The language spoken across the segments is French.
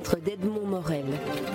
centre d'Edmond Morel.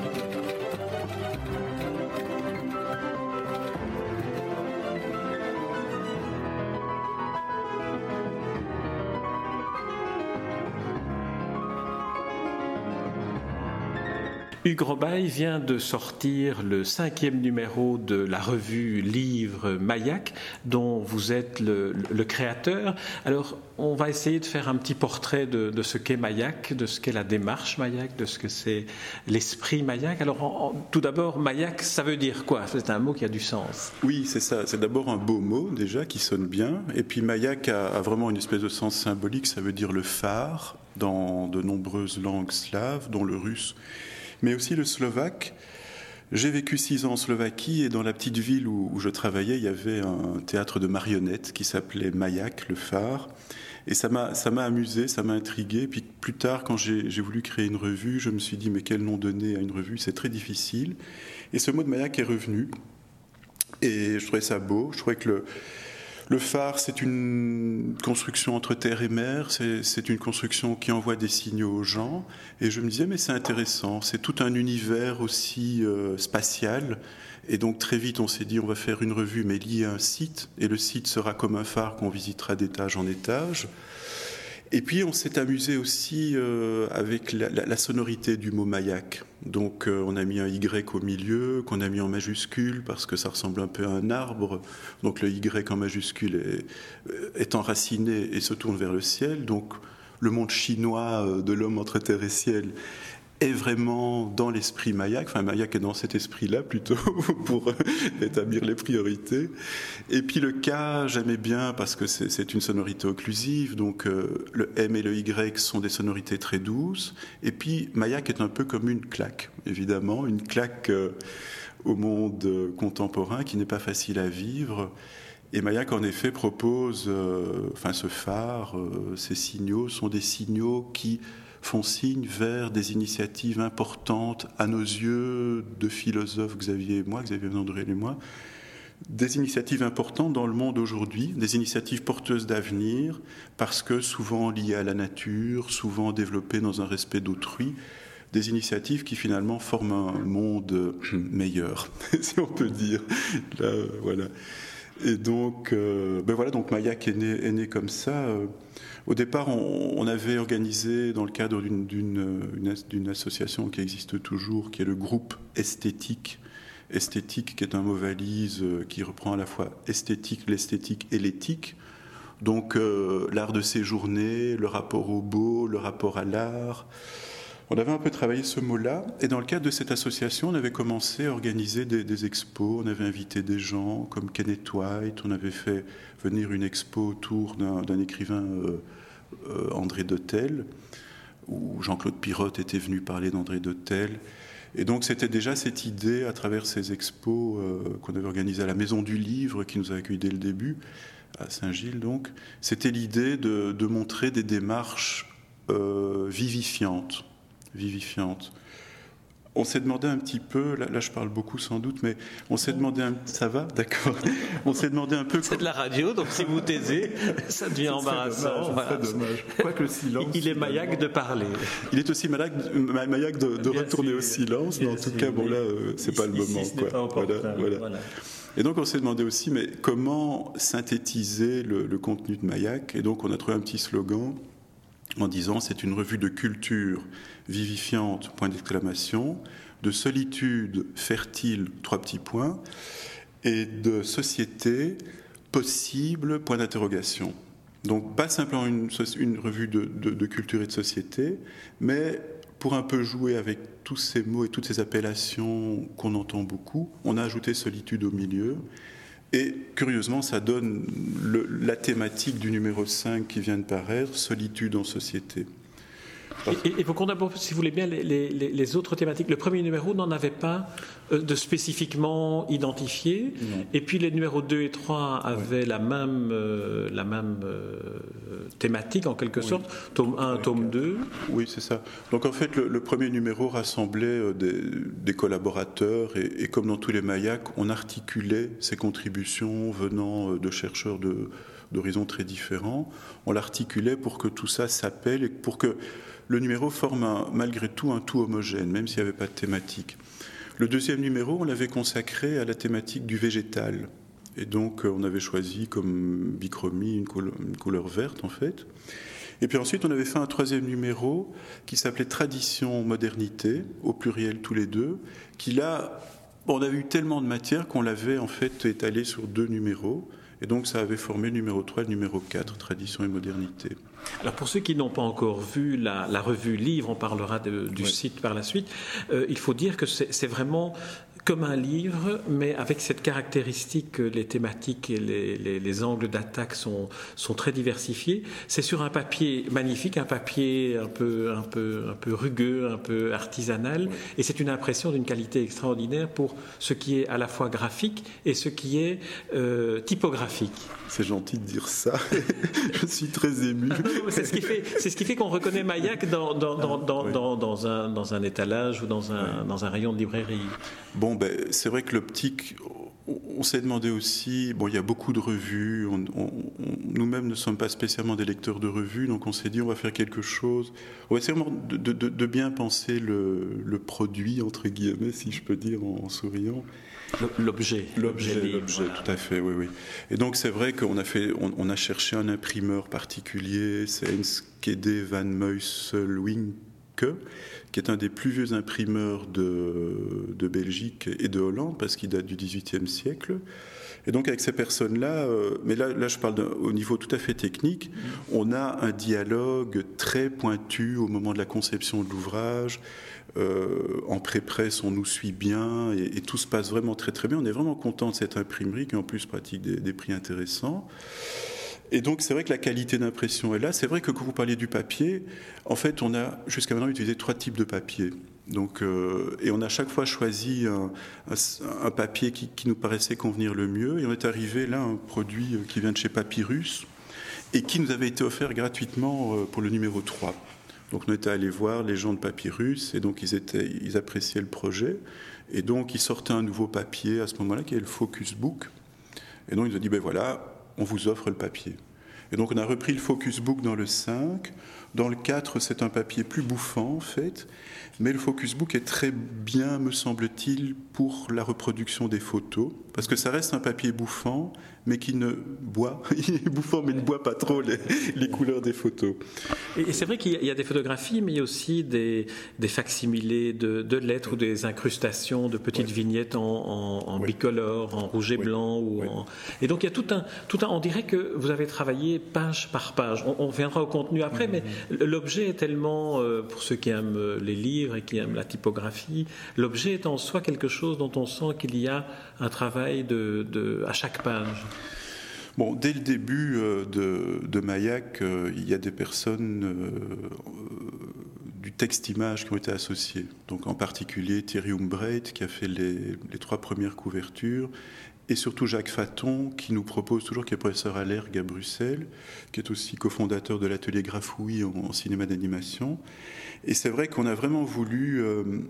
Hugues Robaille vient de sortir le 5e numéro de la revue Livre Maillac, dont vous êtes le créateur. Alors, on va essayer de faire un petit portrait de ce qu'est Maillac, de ce qu'est la démarche Maillac, de ce que c'est l'esprit Maillac. Alors, tout d'abord, Maillac, ça veut dire quoi? C'est un mot qui a du sens. Oui, c'est ça. C'est d'abord un beau mot, déjà, qui sonne bien. Et puis, Maillac a vraiment une espèce de sens symbolique. Ça veut dire le phare dans de nombreuses langues slaves, dont le russe, mais aussi le slovaque. J'ai vécu 6 ans en Slovaquie et dans la petite ville où je travaillais, il y avait un théâtre de marionnettes qui s'appelait Maillac, le phare. Et ça m'a amusé, ça m'a intrigué. Puis plus tard, quand j'ai voulu créer une revue, je me suis dit, mais quel nom donner à une revue? C'est très difficile. Et ce mot de Maillac est revenu. Et je trouvais ça beau. Je trouvais que le phare, c'est une construction entre terre et mer, c'est une construction qui envoie des signaux aux gens. Et je me disais, mais c'est intéressant, c'est tout un univers aussi spatial. Et donc très vite, on s'est dit, on va faire une revue, mais liée à un site. Et le site sera comme un phare qu'on visitera d'étage en étage. Et puis on s'est amusé aussi avec la sonorité du mot Maillac. Donc on a mis un Y au milieu, qu'on a mis en majuscule parce que ça ressemble un peu à un arbre. Donc le Y en majuscule est enraciné et se tourne vers le ciel. Donc le monde chinois de l'homme entre terre et ciel est vraiment dans l'esprit Maillac. Enfin, Maillac est dans cet esprit-là plutôt pour établir les priorités. Et puis le K, j'aimais bien parce que c'est une sonorité occlusive. Donc le M et le Y sont des sonorités très douces. Et puis Maillac est un peu comme une claque, évidemment, une claque au monde contemporain qui n'est pas facile à vivre. Et Maillac, en effet, propose, ce phare, ces signaux sont des signaux qui font signe vers des initiatives importantes à nos yeux de philosophes, Xavier Vendrel et moi, des initiatives importantes dans le monde aujourd'hui, des initiatives porteuses d'avenir, parce que souvent liées à la nature, souvent développées dans un respect d'autrui, des initiatives qui finalement forment un monde meilleur, si on peut dire. Là, voilà. Et donc, donc Maillac est né comme ça. Au départ, on avait organisé dans le cadre d'une association qui existe toujours, qui est le groupe Esthétique. Esthétique, qui est un mot valise qui reprend à la fois esthétique, l'esthétique et l'éthique. Donc, l'art de séjourner, le rapport au beau, le rapport à l'art. On avait un peu travaillé ce mot-là, et dans le cadre de cette association, on avait commencé à organiser des expos. On avait invité des gens comme Kenneth White, on avait fait venir une expo autour d'un écrivain, André Dhôtel, où Jean-Claude Pirotte était venu parler d'André Dhôtel. Et donc c'était déjà cette idée, à travers ces expos qu'on avait organisées à la Maison du Livre, qui nous a accueillis dès le début, à Saint-Gilles donc, c'était l'idée de montrer des démarches vivifiantes. On s'est demandé un petit peu, là je parle beaucoup sans doute, mais on s'est demandé ça va, d'accord. On s'est demandé un peu. C'est de la radio, donc si vous taisez, ça devient embarrassant. C'est dommage. Quoique le silence. Il est Maillac de parler. Il est aussi Maillac de retourner au silence, mais en tout cas, là, c'est pas le moment. Voilà. Et donc on s'est demandé aussi, mais comment synthétiser le contenu de Maillac? Et donc on a trouvé un petit slogan en disant c'est une revue de culture vivifiante, point d'exclamation, de solitude fertile, 3 petits points, et de société possible, point d'interrogation. Donc pas simplement une revue de culture et de société, mais pour un peu jouer avec tous ces mots et toutes ces appellations qu'on entend beaucoup, on a ajouté solitude au milieu. Et curieusement, ça donne la thématique du numéro 5 qui vient de paraître, solitude en société. Et pour qu'on aborde, si vous voulez bien, les autres thématiques, le premier numéro n'en avait pas de spécifiquement identifié, et puis les numéros 2 et 3 avaient la même thématique en quelque sorte, tome 1, tome 2. Oui, c'est ça. Donc en fait, le premier numéro rassemblait des collaborateurs, et comme dans tous les Maillacs, on articulait ces contributions venant de chercheurs d'horizons très différents. On l'articulait pour que tout ça s'appelle et pour que le numéro forme malgré tout un tout homogène, même s'il n'y avait pas de thématique. Le deuxième numéro, on l'avait consacré à la thématique du végétal. Et donc, on avait choisi comme bichromie une couleur verte, en fait. Et puis ensuite, on avait fait un troisième numéro qui s'appelait Tradition-modernité, au pluriel tous les deux, qui là, on avait eu tellement de matière qu'on l'avait en fait étalé sur 2 numéros. Et donc, ça avait formé le numéro 3 et le numéro 4, Tradition et modernité. Alors pour ceux qui n'ont pas encore vu la revue Livre, on parlera du site par la suite, il faut dire que c'est vraiment comme un livre, mais avec cette caractéristique que les thématiques et les angles d'attaque sont très diversifiés. C'est sur un papier magnifique, un papier un peu rugueux, un peu artisanal, et c'est une impression d'une qualité extraordinaire pour ce qui est à la fois graphique et ce qui est typographique. C'est gentil de dire ça. Je suis très ému. C'est ce qui fait qu'on reconnaît Mailhac dans un étalage ou dans un rayon de librairie. Bon, c'est vrai que l'optique, on s'est demandé aussi, il y a beaucoup de revues, nous-mêmes ne sommes pas spécialement des lecteurs de revues, donc on s'est dit on va faire quelque chose, on va essayer vraiment de bien penser le produit, entre guillemets, si je peux dire en souriant. L'objet, tout à fait, oui. Et donc c'est vrai qu'on a cherché un imprimeur particulier, c'est Enskede van Muyselwinke, qui est un des plus vieux imprimeurs de Belgique et de Hollande, parce qu'il date du XVIIIe siècle. Et donc avec ces personnes-là, mais là je parle au niveau tout à fait technique, on a un dialogue très pointu au moment de la conception de l'ouvrage. En pré-presse, on nous suit bien et tout se passe vraiment très très bien. On est vraiment content de cette imprimerie qui en plus pratique des prix intéressants. Et donc c'est vrai que la qualité d'impression est là. C'est vrai que quand vous parliez du papier, en fait on a jusqu'à maintenant utilisé 3 types de papier. Donc, et on a chaque fois choisi un papier qui nous paraissait convenir le mieux. Et on est arrivé là à un produit qui vient de chez Papyrus et qui nous avait été offert gratuitement pour le numéro 3. Donc on était allé voir les gens de Papyrus et donc ils appréciaient le projet. Et donc ils sortaient un nouveau papier à ce moment-là qui est le Focus Book. Et donc ils nous ont dit, voilà, on vous offre le papier. Et donc on a repris le Focus Book dans le 5. Dans le 4, c'est un papier plus bouffant en fait. Mais le Focus Book est très bien, me semble-t-il, pour la reproduction des photos. Parce que ça reste un papier bouffant, mais qui ne boit. Il est bouffant, mais ne boit pas trop les couleurs des photos. Et c'est vrai qu'il y a des photographies, mais il y a aussi des facsimilés de lettres ou des incrustations de petites vignettes en bicolore, en rouge et blanc. Et donc il y a tout un. On dirait que vous avez travaillé page par page. On reviendra au contenu après, mais l'objet est tellement, pour ceux qui aiment les livres et qui aiment la typographie, l'objet est en soi quelque chose dont on sent qu'il y a un travail à chaque page. Bon, dès le début de Mailhac, il y a des personnes du texte-image qui ont été associées. Donc en particulier Thierry Humbreit qui a fait les 3 premières couvertures, et surtout Jacques Faton qui nous propose toujours, qui est professeur à l'ERG à Bruxelles, qui est aussi cofondateur de l'atelier Grafouille en cinéma d'animation. Et c'est vrai qu'on a vraiment voulu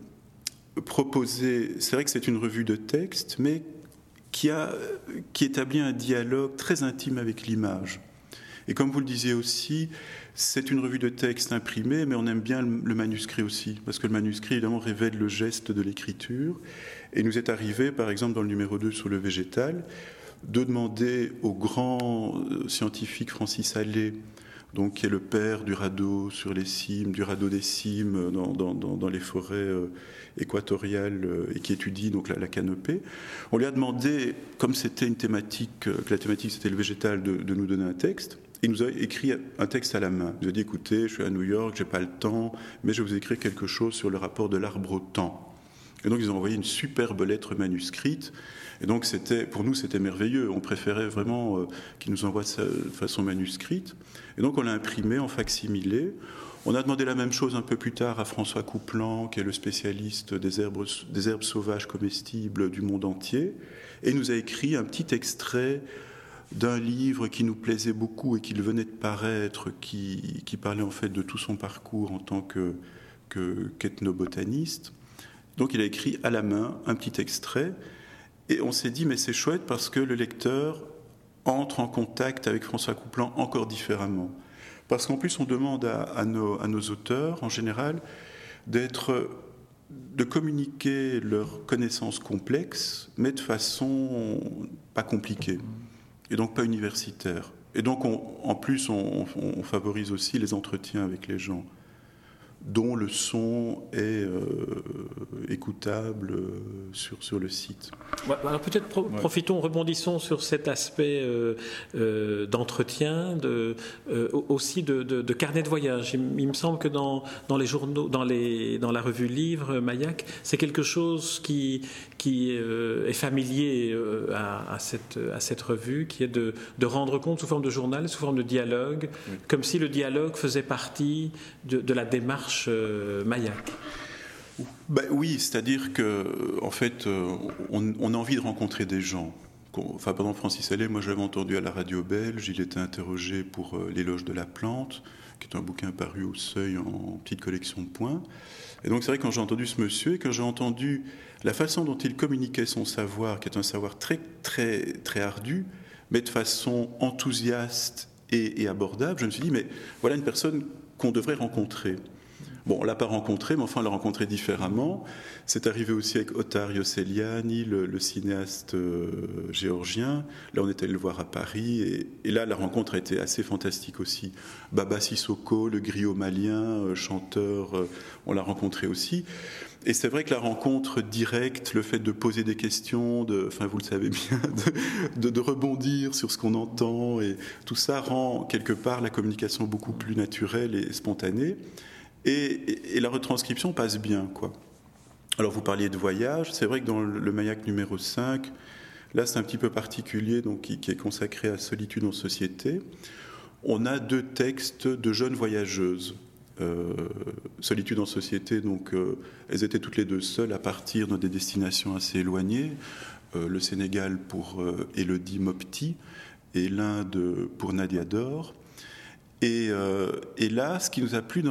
proposer, c'est vrai que c'est une revue de texte, mais qui établit un dialogue très intime avec l'image. Et comme vous le disiez aussi, c'est une revue de texte imprimée, mais on aime bien le manuscrit aussi, parce que le manuscrit, évidemment, révèle le geste de l'écriture. Et il nous est arrivé, par exemple, dans le numéro 2 sur le végétal, de demander au grand scientifique Francis Allais, donc, qui est le père du radeau sur les cimes, du radeau des cimes dans les forêts équatoriales et qui étudie donc la canopée. On lui a demandé, comme c'était une thématique, que la thématique c'était le végétal, de nous donner un texte. Il nous a écrit un texte à la main. Il nous a dit, écoutez, je suis à New York, j'ai pas le temps, mais je vais vous écrire quelque chose sur le rapport de l'arbre au temps. Et donc ils ont envoyé une superbe lettre manuscrite. Et donc pour nous c'était merveilleux. On préférait vraiment qu'ils nous envoient ça de façon manuscrite. Et donc on l'a imprimé en facsimilé. On a demandé la même chose un peu plus tard à François Couplan, qui est le spécialiste des herbes sauvages comestibles du monde entier. Et il nous a écrit un petit extrait d'un livre qui nous plaisait beaucoup et qui venait de paraître, qui parlait en fait de tout son parcours en tant qu'ethnobotaniste. Donc il a écrit à la main un petit extrait et on s'est dit mais c'est chouette parce que le lecteur entre en contact avec François Coupland encore différemment. Parce qu'en plus, on demande à nos auteurs, en général, de communiquer leurs connaissances complexes, mais de façon pas compliquée, et donc pas universitaire. Et donc, en plus, on favorise aussi les entretiens avec les gens, dont le son est écoutable sur le site. Ouais, alors peut-être profitons, rebondissons sur cet aspect d'entretien, aussi de carnet de voyage. Il me semble que dans les journaux, dans la revue Livre, Mayak, c'est quelque chose qui est familier à cette revue, qui est de rendre compte sous forme de journal, sous forme de dialogue, comme si le dialogue faisait partie de la démarche Mayak. Ben oui, c'est-à-dire que en fait, on a envie de rencontrer des gens. Enfin, pendant Francis Allais, moi j'avais entendu à la radio belge, il était interrogé pour L'éloge de la plante, qui est un bouquin paru au Seuil en petite collection de points. Et donc c'est vrai, quand j'ai entendu ce monsieur et quand j'ai entendu la façon dont il communiquait son savoir, qui est un savoir très très très ardu, mais de façon enthousiaste et abordable, je me suis dit, mais voilà une personne qu'on devrait rencontrer. Bon, on ne l'a pas rencontré, mais enfin, on l'a rencontré différemment. C'est arrivé aussi avec Ottavio Celiani, le cinéaste géorgien. Là, on était allé le voir à Paris. Et là, la rencontre a été assez fantastique aussi. Baba Sissoko, le griot malien, chanteur, on l'a rencontré aussi. Et c'est vrai que la rencontre directe, le fait de poser des questions, enfin vous le savez bien, de rebondir sur ce qu'on entend, et tout ça rend quelque part la communication beaucoup plus naturelle et spontanée. Et la retranscription passe bien, quoi. Alors vous parliez de voyage, c'est vrai que dans le Mayak numéro 5, là c'est un petit peu particulier, donc qui est consacré à Solitude en société. On a 2 textes de jeunes voyageuses. Solitude en société, donc elles étaient toutes les 2 seules à partir dans des destinations assez éloignées, le Sénégal pour Élodie Mopti et l'Inde pour Nadia Dor. Et là, ce qui nous a plu,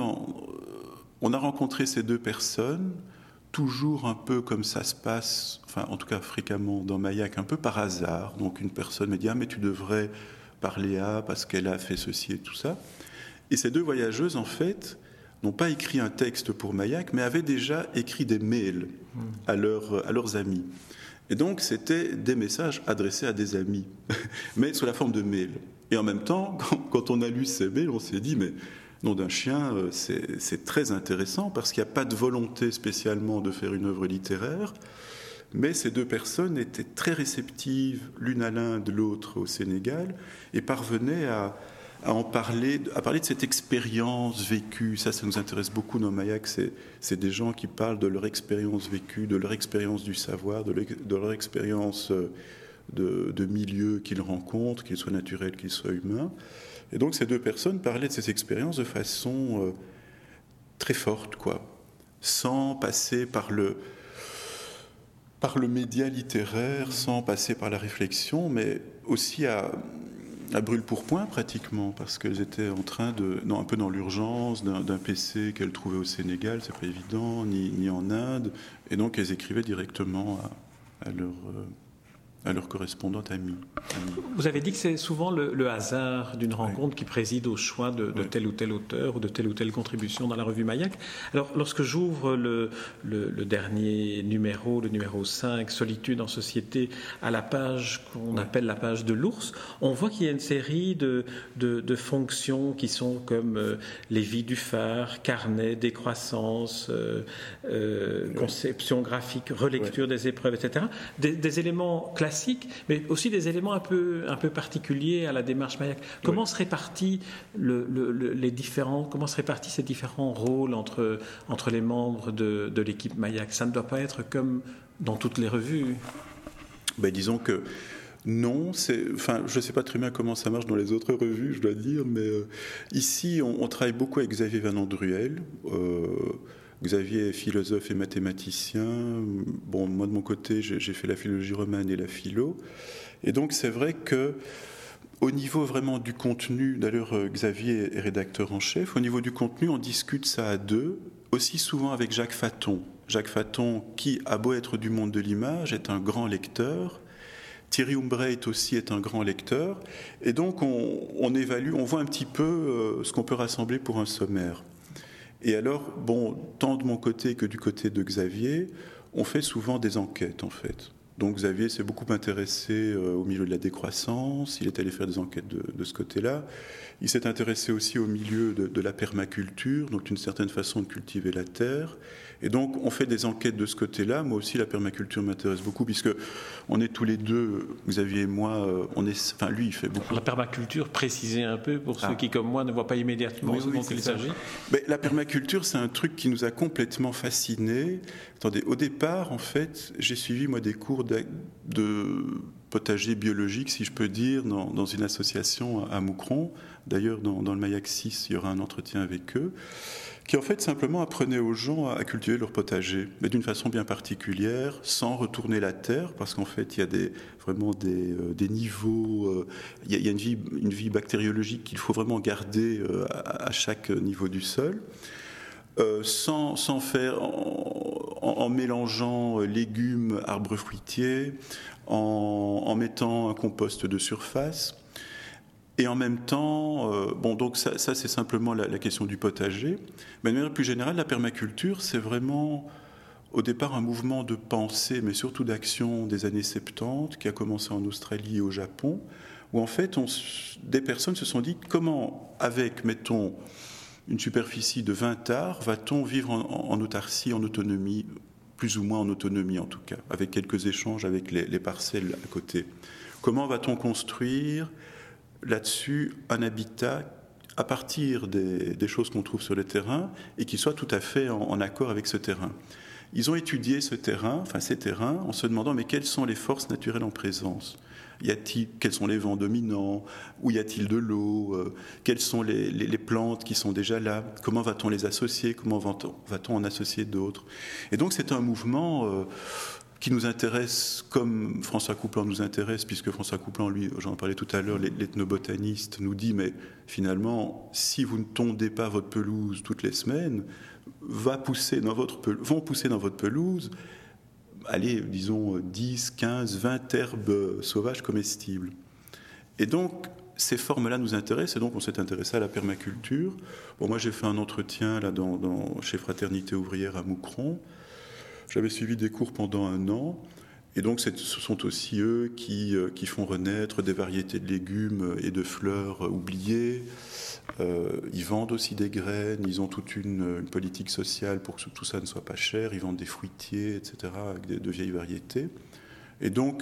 on a rencontré ces 2 personnes, toujours un peu comme ça se passe, enfin en tout cas fréquemment dans Mayak, un peu par hasard. Donc une personne me dit « Ah mais tu devrais parler à parce qu'elle a fait ceci et tout ça ». Et ces 2 voyageuses, en fait, n'ont pas écrit un texte pour Mayak, mais avaient déjà écrit des mails à leurs amis. Et donc, c'était des messages adressés à des amis, mais sous la forme de mails. Et en même temps, quand on a lu ces mails, on s'est dit, mais nom d'un chien, c'est très intéressant, parce qu'il n'y a pas de volonté spécialement de faire une œuvre littéraire, mais ces 2 personnes étaient très réceptives, l'une à l'Inde, l'autre au Sénégal, et parvenaient à parler de cette expérience vécue. Ça nous intéresse beaucoup dans Mayak, c'est des gens qui parlent de leur expérience vécue, de leur expérience du savoir, de leur expérience de milieu qu'ils rencontrent, qu'ils soient naturels, qu'ils soient humains. Et donc ces 2 personnes parlaient de ces expériences de façon très forte, quoi, sans passer par le média littéraire, sans passer par la réflexion, mais aussi à brûle-pourpoint pratiquement, parce qu'elles étaient en train un peu dans l'urgence d'un PC qu'elles trouvaient au Sénégal, c'est pas évident, ni en Inde, et donc elles écrivaient directement à leur correspondante amie. Vous avez dit que c'est souvent le hasard d'une rencontre qui préside au choix de tel ou tel auteur ou de telle ou telle contribution dans la revue Mayak. Alors, lorsque j'ouvre le dernier numéro, le numéro 5, Solitude en société, à la page qu'on appelle la page de l'ours, on voit qu'il y a une série de fonctions qui sont comme les vies du phare, carnet, décroissance, conception graphique, relecture des épreuves, etc. Des éléments classiques, mais aussi des éléments un peu particuliers à la démarche Mayak. Comment se répartit comment se répartissent ces différents rôles entre les membres de l'équipe Mayak? Ça ne doit pas être comme dans toutes les revues. Disons que non, je ne sais pas très bien comment ça marche dans les autres revues, je dois dire, mais ici, on travaille beaucoup avec Xavier Van Andruel. Xavier est philosophe et mathématicien. Bon, moi de mon côté, j'ai fait la philologie romane et la philo. Et donc c'est vrai que au niveau vraiment du contenu, d'ailleurs Xavier est rédacteur en chef, au niveau du contenu, on discute ça à 2, aussi souvent avec Jacques Faton. Jacques Faton, qui a beau être du monde de l'image, est un grand lecteur, Thierry Humbert aussi est un grand lecteur, et donc on évalue, on voit un petit peu ce qu'on peut rassembler pour un sommaire. Et alors, tant de mon côté que du côté de Xavier, on fait souvent des enquêtes en fait. Donc Xavier s'est beaucoup intéressé au milieu de la décroissance, il est allé faire des enquêtes de ce côté-là. Il s'est intéressé aussi au milieu de la permaculture, donc d'une certaine façon de cultiver la terre. Et donc on fait des enquêtes de ce côté-là. Moi aussi la permaculture m'intéresse beaucoup puisque on est tous les deux, Xavier et moi, lui il fait beaucoup. La permaculture, précisez un peu pour ceux qui comme moi ne voient pas immédiatement ce dont il s'agit. Mais la permaculture, c'est un truc qui nous a complètement fascinés. Attendez, au départ en fait, j'ai suivi moi des cours de potager biologique, si je peux dire, dans une association à Moucron. D'ailleurs, dans le Maillac 6, il y aura un entretien avec eux, qui en fait simplement apprenaient aux gens à cultiver leur potager, mais d'une façon bien particulière, sans retourner la terre, parce qu'en fait, il y a vraiment des niveaux, il y a une vie bactériologique qu'il faut vraiment garder à chaque niveau du sol. Sans faire, en mélangeant légumes, arbres fruitiers, en mettant un compost de surface. Et en même temps, donc ça c'est simplement la question du potager. Mais de manière plus générale, la permaculture, c'est vraiment au départ un mouvement de pensée, mais surtout d'action des années 70, qui a commencé en Australie et au Japon, où en fait des personnes se sont dit comment, avec, mettons, une superficie de 20 arts, va-t-on vivre en autarcie, en autonomie, plus ou moins en autonomie en tout cas, avec quelques échanges avec les parcelles à côté. Comment va-t-on construire là-dessus un habitat à partir des choses qu'on trouve sur le terrain et qui soit tout à fait en accord avec ce terrain. Ils ont étudié ces terrains, en se demandant mais quelles sont les forces naturelles en présence ? Quels sont les vents dominants? Où y a-t-il de l'eau? Quelles sont les plantes qui sont déjà là? Comment va-t-on les associer? Comment va-t-on en associer d'autres? Et donc c'est un mouvement qui nous intéresse comme François Coupland nous intéresse, puisque François Coupland, lui, j'en parlais tout à l'heure, l'ethnobotaniste, nous dit, mais finalement, si vous ne tondez pas votre pelouse toutes les semaines, vont pousser dans votre pelouse, allez, disons 10, 15, 20 herbes sauvages comestibles. Et donc, ces formes-là nous intéressent, et donc on s'est intéressé à la permaculture. Moi, j'ai fait un entretien là, chez Fraternité ouvrière à Moucron. J'avais suivi des cours pendant 1 an, et donc ce sont aussi eux qui font renaître des variétés de légumes et de fleurs oubliées. Ils vendent aussi des graines, ils ont toute une politique sociale pour que tout ça ne soit pas cher, ils vendent des fruitiers, etc., avec de vieilles variétés. Et donc,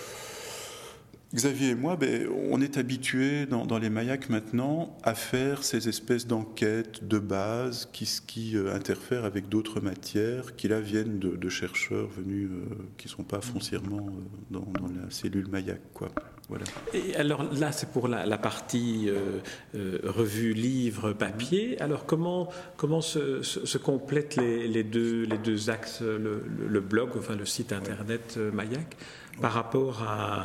Xavier et moi, on est habitués dans les Maillacs maintenant à faire ces espèces d'enquêtes de base qui interfèrent avec d'autres matières qui là viennent de chercheurs venus qui ne sont pas foncièrement dans la cellule Maillac, quoi. Voilà. Et alors là, c'est pour la partie revue, livre, papier. Alors comment se complètent les deux axes, le blog, enfin le site internet Maillac, par rapport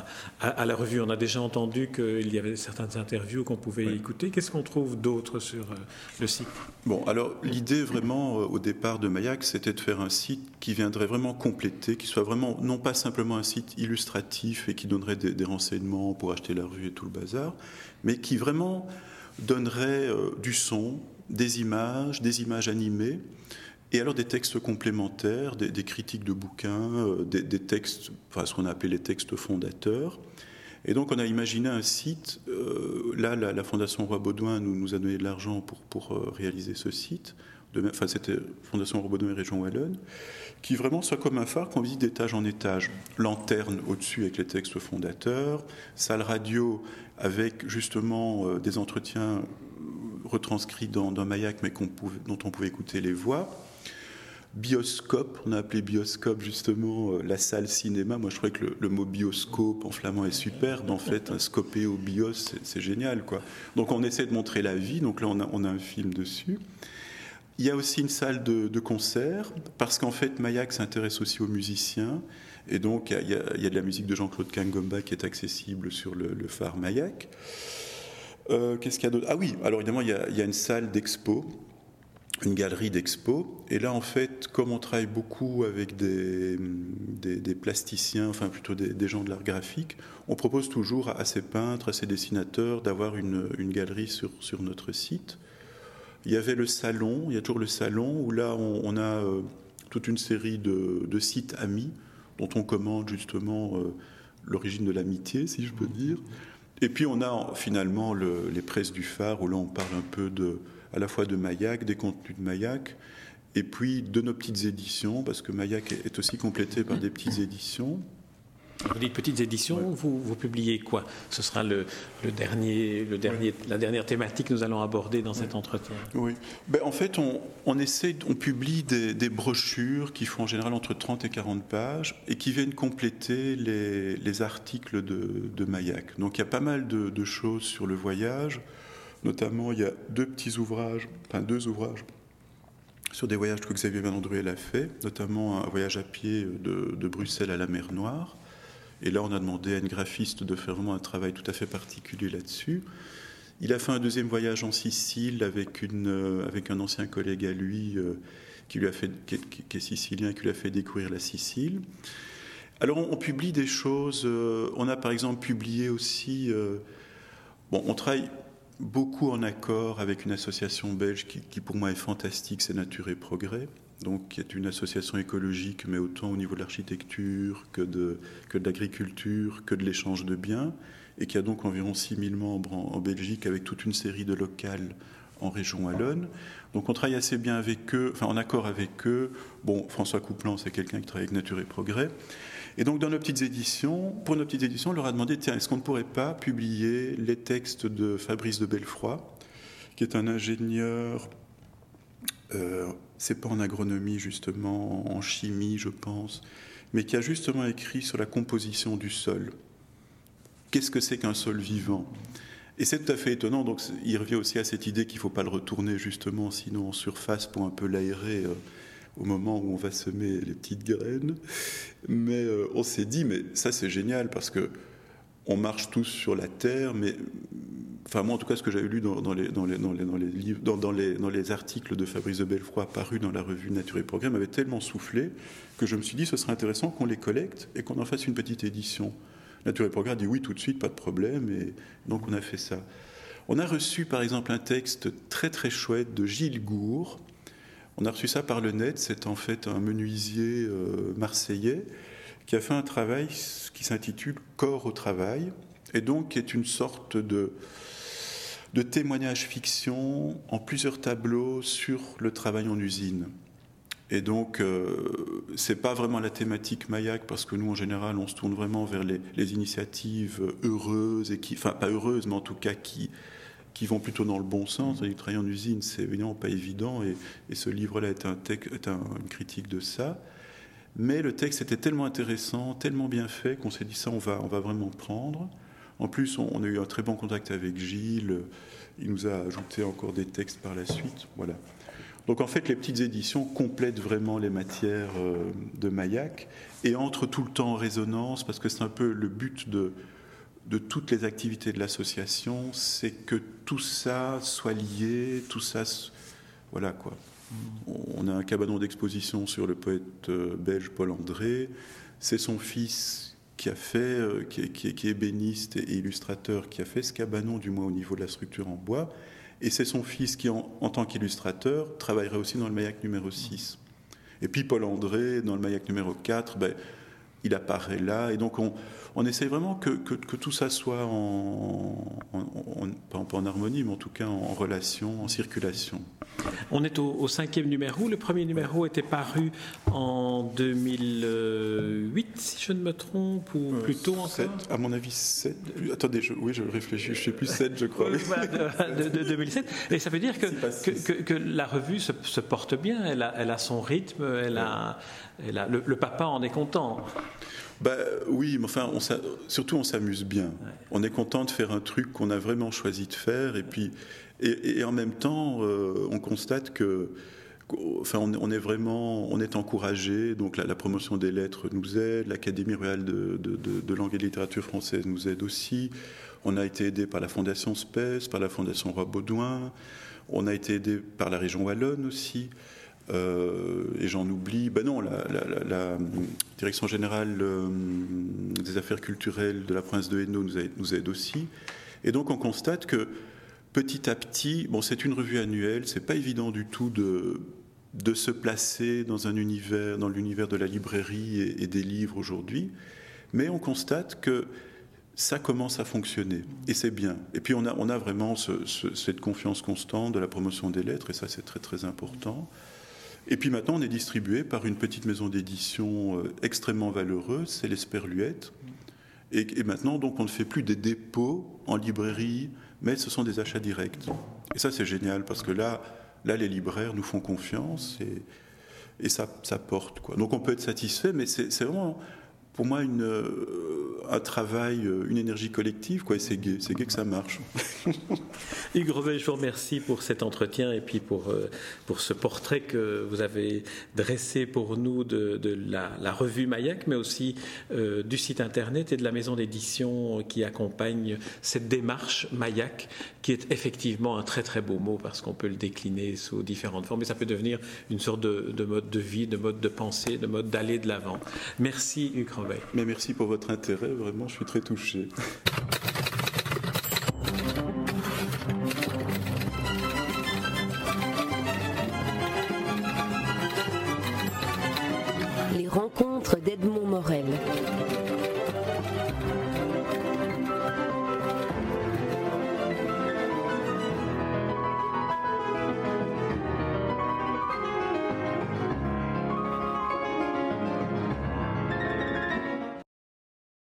à la revue? On a déjà entendu qu'il y avait certaines interviews qu'on pouvait écouter. Qu'est-ce qu'on trouve d'autre sur le site? Alors l'idée vraiment au départ de Maillac, c'était de faire un site qui viendrait vraiment compléter, qui soit vraiment non pas simplement un site illustratif et qui donnerait des renseignements pour acheter la revue et tout le bazar, mais qui vraiment donnerait du son, des images animées, et alors des textes complémentaires, des critiques de bouquins, des textes, ce qu'on a appelé les textes fondateurs. Et donc on a imaginé un site, là la Fondation Roi Baudouin nous a donné de l'argent pour réaliser ce site, c'était Fondation Roi Baudouin et Région Wallonne, qui vraiment soit comme un phare qu'on visite d'étage en étage. Lanterne au-dessus avec les textes fondateurs, salle radio avec justement des entretiens retranscrits dans Maillac mais dont on pouvait écouter les voix. Bioscope, on a appelé bioscope justement la salle cinéma. Moi je trouvais que le mot bioscope en flamand est superbe, en fait, un scopé au bios, c'est génial, quoi. Donc on essaie de montrer la vie, donc là on a un film dessus. Il y a aussi une salle de concert, parce qu'en fait Maillac s'intéresse aussi aux musiciens, et donc il y a de la musique de Jean-Claude Kangomba qui est accessible sur le phare Maillac. Qu'est-ce qu'il y a d'autre? Ah oui, alors évidemment il y a une salle d'expo, une galerie d'expo. Et là, en fait, comme on travaille beaucoup avec des plasticiens, enfin plutôt des gens de l'art graphique, on propose toujours à ces peintres, à ces dessinateurs, d'avoir une galerie sur notre site. Il y avait le salon, il y a toujours le salon, où là, on a toute une série de sites amis, dont on commande justement l'origine de l'amitié, si je peux dire. Et puis on a finalement les presses du phare, où là on parle un peu à la fois de Maillac, des contenus de Maillac, et puis de nos petites éditions, parce que Maillac est aussi complété par des petites éditions. Vous dites petites éditions, ouais. Vous publiez quoi? Ce sera la dernière thématique que nous allons aborder dans cet entretien. Oui. Ben, en fait, on publie des brochures qui font en général entre 30 et 40 pages et qui viennent compléter les articles de Maillac. Donc il y a pas mal de choses sur le voyage. Notamment, il y a deux ouvrages sur des voyages que Xavier Van Andruel a fait, notamment un voyage à pied de Bruxelles à la mer Noire. Et là, on a demandé à une graphiste de faire vraiment un travail tout à fait particulier là-dessus. Il a fait un deuxième voyage en Sicile avec un ancien collègue à lui qui est sicilien, qui lui a fait découvrir la Sicile. Alors, on publie des choses. On a par exemple publié aussi... on travaille beaucoup en accord avec une association belge qui pour moi est fantastique, c'est Nature et Progrès, donc qui est une association écologique, mais autant au niveau de l'architecture que de l'agriculture, que de l'échange de biens, et qui a donc environ 6000 membres en Belgique, avec toute une série de locales en région wallonne. Donc on travaille assez bien avec eux, enfin en accord avec eux. Bon, François Couplan, c'est quelqu'un qui travaille avec Nature et Progrès. Et donc pour nos petites éditions, on leur a demandé, tiens, est-ce qu'on ne pourrait pas publier les textes de Fabrice de Belfroy, qui est un ingénieur, c'est pas en agronomie justement, en chimie je pense, mais qui a justement écrit sur la composition du sol. Qu'est-ce que c'est qu'un sol vivant ? Et c'est tout à fait étonnant, donc il revient aussi à cette idée qu'il ne faut pas le retourner justement, sinon en surface pour un peu l'aérer au moment où on va semer les petites graines. Mais on s'est dit, mais ça c'est génial parce que on marche tous sur la terre, mais enfin moi en tout cas ce que j'avais lu dans les articles de Fabrice de Belfroy parus dans la revue Nature et Progrès m'avait tellement soufflé que je me suis dit ce serait intéressant qu'on les collecte et qu'on en fasse une petite édition. Nature et Progrès a dit oui tout de suite, pas de problème, et donc on a fait ça. On a reçu par exemple un texte très très chouette de Gilles Gour. On a reçu ça par le net, c'est en fait un menuisier marseillais qui a fait un travail qui s'intitule Corps au travail, et donc qui est une sorte de témoignage fiction en plusieurs tableaux sur le travail en usine. Et donc, c'est pas vraiment la thématique Maillac, parce que nous, en général, on se tourne vraiment vers les initiatives heureuses, enfin pas heureuses, mais en tout cas qui vont plutôt dans le bon sens. Le travail en usine, c'est évidemment pas évident, et ce livre-là est une critique de ça. Mais le texte était tellement intéressant, tellement bien fait, qu'on s'est dit ça, on va vraiment prendre. En plus, on a eu un très bon contact avec Gilles, il nous a ajouté encore des textes par la suite, voilà. Donc en fait, les petites éditions complètent vraiment les matières de Maillac et entrent tout le temps en résonance, parce que c'est un peu le but de toutes les activités de l'association, c'est que tout ça soit lié, tout ça, voilà quoi. On a un cabanon d'exposition sur le poète belge Paul André, c'est son fils qui a fait, qui est ébéniste et illustrateur, qui a fait ce cabanon, du moins au niveau de la structure en bois. Et c'est son fils qui, en tant qu'illustrateur, travaillera aussi dans le Maillac numéro 6. Et puis Paul André, dans le Maillac numéro 4, il apparaît là. Et donc on essaie vraiment que tout ça soit pas en harmonie, mais en tout cas en relation, en circulation. On est au 5e numéro. Le premier numéro était paru en 2008, si je ne me trompe, ou plus tôt encore 7, à mon avis 7. Attendez, je réfléchis, je sais plus 7, je crois. De 2007. Et ça veut dire que la revue se porte bien, elle a son rythme, le papa en est content. Oui, mais enfin, surtout on s'amuse bien. Ouais. On est content de faire un truc qu'on a vraiment choisi de faire, et en même temps, on constate que, enfin, on est encouragé. Donc la promotion des lettres nous aide, l'Académie royale de langue et de littérature française nous aide aussi. On a été aidé par la Fondation Spes, par la Fondation Roi Baudouin. On a été aidé par la région wallonne aussi. Et j'en oublie, la direction générale des affaires culturelles de la province de Hainaut nous aide aussi. Et donc on constate que petit à petit, c'est une revue annuelle, c'est pas évident du tout de se placer dans l'univers de la librairie et des livres aujourd'hui, mais on constate que ça commence à fonctionner, et c'est bien. Et puis on a vraiment cette confiance constante de la promotion des lettres, et ça c'est très très important. Et puis maintenant, on est distribué par une petite maison d'édition extrêmement valeureuse, c'est l'Esperluette. Et maintenant, donc, on ne fait plus des dépôts en librairie, mais ce sont des achats directs. Et ça, c'est génial, parce que là les libraires nous font confiance et ça porte, quoi. Donc on peut être satisfait, mais c'est vraiment, pour moi, un travail, une énergie collective, quoi, et c'est gai que ça marche. Hugues Reveil, je vous remercie pour cet entretien et puis pour ce portrait que vous avez dressé pour nous de la revue Mayak, mais aussi du site internet et de la maison d'édition qui accompagne cette démarche Mayak, qui est effectivement un très très beau mot parce qu'on peut le décliner sous différentes formes, mais ça peut devenir une sorte de mode de vie, de mode de pensée, de mode d'aller de l'avant. Merci Hugues Reveil. Mais merci pour votre intérêt, vraiment, je suis très touché. Les rencontres d'Edmond